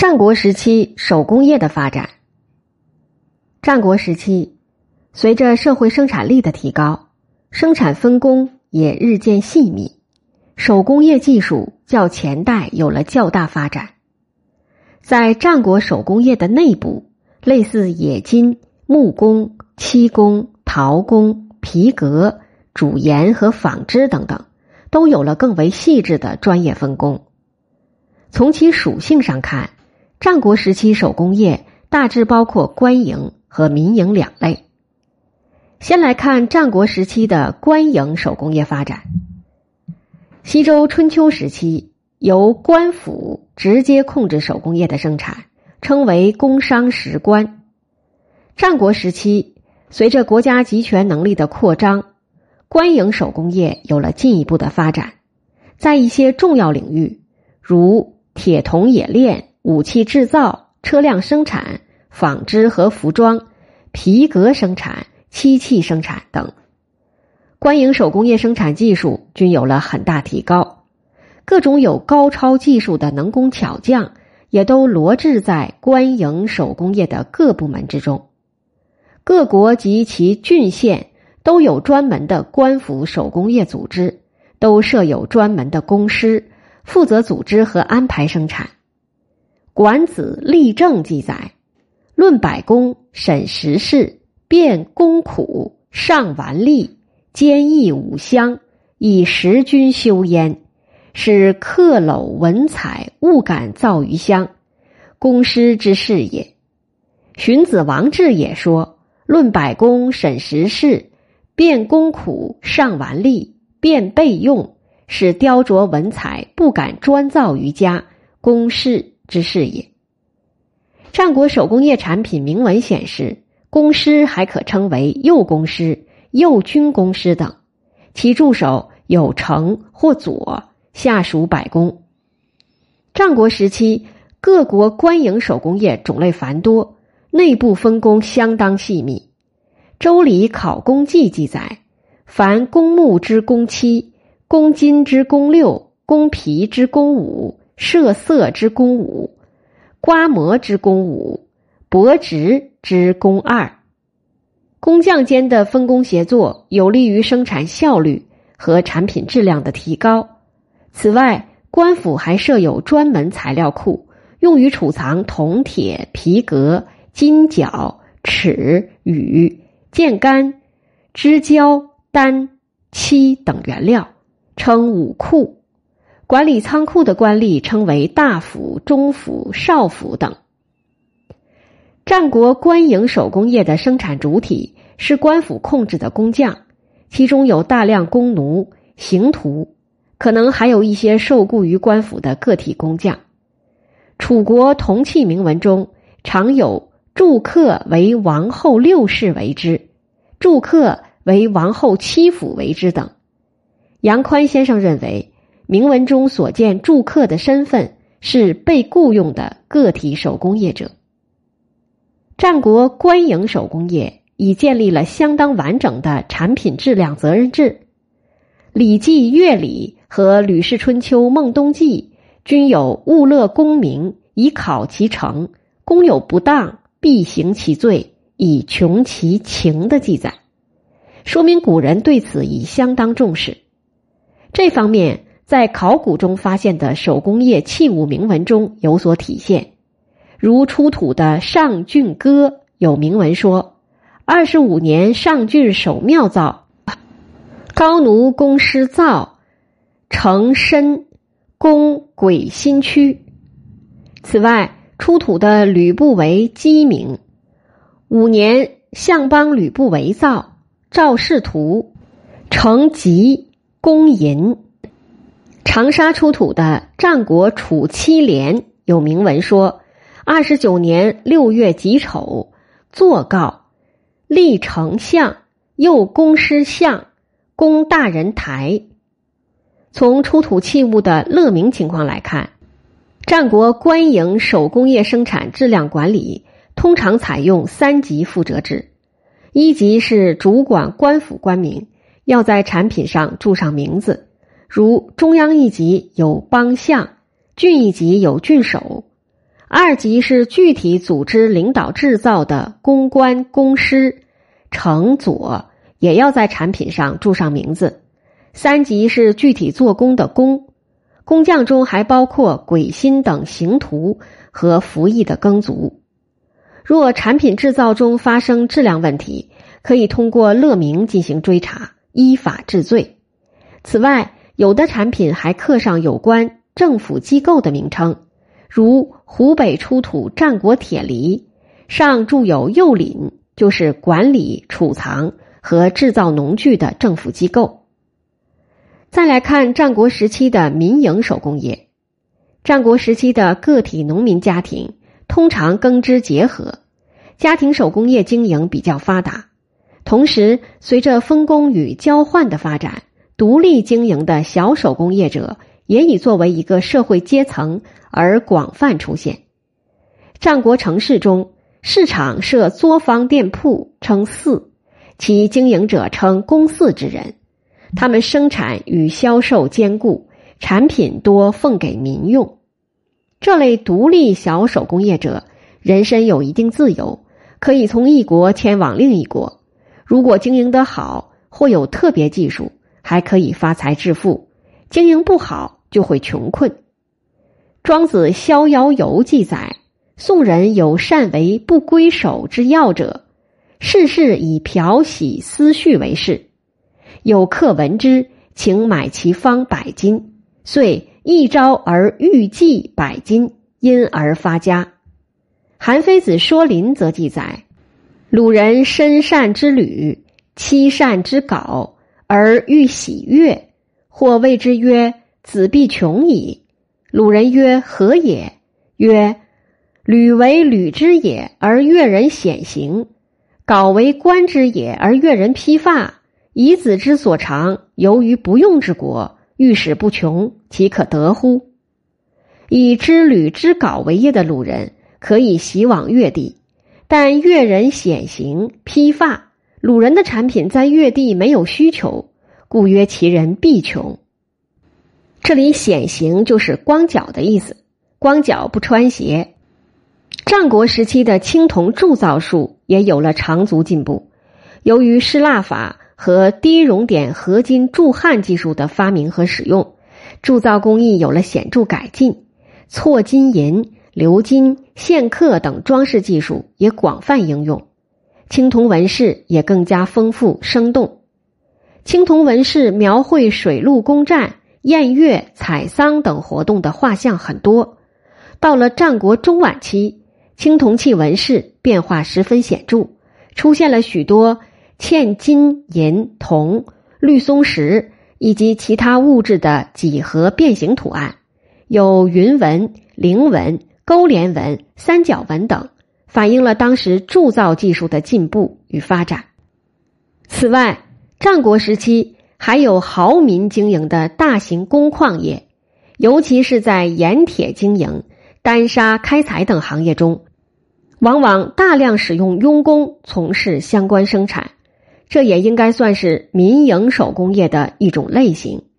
战国时期手工业的发展。战国时期，随着社会生产力的提高，生产分工也日渐细密，手工业技术较前代有了较大发展。在战国手工业的内部，类似冶金、木工、漆工、陶工、皮革、煮盐和纺织等等，都有了更为细致的专业分工。从其属性上看，战国时期手工业大致包括官营和民营两类。先来看战国时期的官营手工业发展。西周春秋时期，由官府直接控制手工业的生产，称为工商实官。战国时期，随着国家集权能力的扩张，官营手工业有了进一步的发展，在一些重要领域，如铁铜冶炼、武器制造、车辆生产、纺织和服装、皮革生产、漆器生产等，官营手工业生产技术均有了很大提高，各种有高超技术的能工巧匠也都罗置在官营手工业的各部门之中。各国及其郡县都有专门的官府手工业组织，都设有专门的工师，负责组织和安排生产。管子立政记载，论百工，审时事，辨工苦，上完吏，兼议五乡，以十军修焉，使克篓文采物感造于乡，工师之事也。荀子王志也说，论百工，审时事，辨工苦，上完吏，辨备用，使雕琢文采不敢专造于家，工师之事也。战国手工业产品明文显示，工师还可称为右工师、右军工师等，其助手有丞或佐，下属百工。战国时期，各国官营手工业种类繁多，内部分工相当细密。周礼考工记记载，凡工木之工七，工金之工六，工皮之工五，设色之工五，刮磨之工五，帛织之工二。工匠间的分工协作有利于生产效率和产品质量的提高。此外，官府还设有专门材料库，用于储藏铜铁、皮革、金角、齿、羽、箭杆、织胶、丹、漆等原料，称武库。管理仓库的官吏称为大府、中府、少府等。战国官营手工业的生产主体是官府控制的工匠，其中有大量工奴、刑徒，可能还有一些受雇于官府的个体工匠。楚国铜器铭文中常有祝客为王后六世为之，祝客为王后七府为之等。杨宽先生认为，铭文中所见祝客的身份是被雇用的个体手工业者。战国官营手工业已建立了相当完整的产品质量责任制。礼记乐礼和吕氏春秋孟冬记均有物勒功名，以考其成，公有不当，必行其罪，以穷其情的记载，说明古人对此已相当重视。这方面在考古中发现的手工业器物铭文中有所体现，如出土的上郡歌有铭文说，25年上郡守庙造，高奴工师造，成身工鬼心躯。此外，出土的吕不韦鸡铭，5年相邦吕不韦造，赵氏图，成吉工银。长沙出土的战国楚七连有铭文说，29年6月己丑，坐告立丞相，右工师相，供大人台。从出土器物的勒铭情况来看，战国官营手工业生产质量管理通常采用3级负责制。1级是主管官府官名，要在产品上注上名字，如中央1级有邦相，郡1级有郡守。 2级是具体组织领导制造的公关公司，承佐也要在产品上注上名字。3级是具体做工的工，工匠中还包括鬼薪等刑徒和服役的耕族。若产品制造中发生质量问题，可以通过勒明进行追查，依法治罪。此外，有的产品还刻上有关政府机构的名称，如湖北出土战国铁犁，上注有右廪，就是管理、储藏和制造农具的政府机构。再来看战国时期的民营手工业。战国时期的个体农民家庭通常耕织结合，家庭手工业经营比较发达。同时，随着分工与交换的发展，独立经营的小手工业者也已作为一个社会阶层而广泛出现。战国城市中，市场设作坊店铺，称肆，其经营者称公肆之人，他们生产与销售兼顾，产品多奉给民用。这类独立小手工业者人身有一定自由，可以从一国迁往另一国，如果经营得好或有特别技术，还可以发财致富；经营不好就会穷困。庄子《逍遥游》记载，宋人有善为不归守之要者，世事以漂洗丝絮为事，有客闻之，请买其方100斤，遂一朝而预计100斤，因而发家。韩非子《说林》则记载，鲁人身善之履，妻善之稿，而欲喜乐，或谓之曰：子必穷矣。鲁人曰：何也？曰：履为履之也，而乐人显行；稿为官之也，而乐人披发。以子之所长，由于不用之国，欲使不穷，其可得乎？以织履织稿为业的鲁人，可以习往越地，但越人显行披发，鲁人的产品在越地没有需求，故曰其人必穷。这里显行就是光脚的意思，光脚不穿鞋。战国时期的青铜铸造术也有了长足进步，由于失蜡法和低熔点合金铸焊技术的发明和使用，铸造工艺有了显著改进，错金银、鎏金、线刻等装饰技术也广泛应用，青铜纹饰也更加丰富生动。青铜纹饰描绘水陆攻战、宴乐、采桑等活动的画像很多。到了战国中晚期，青铜器纹饰变化十分显著，出现了许多嵌金银铜、绿松石以及其他物质的几何变形图案，有云纹、菱纹、勾连纹、三角纹等，反映了当时铸造技术的进步与发展。此外，战国时期还有豪民经营的大型工矿业，尤其是在盐铁经营、丹砂开采等行业中，往往大量使用佣工从事相关生产，这也应该算是民营手工业的一种类型。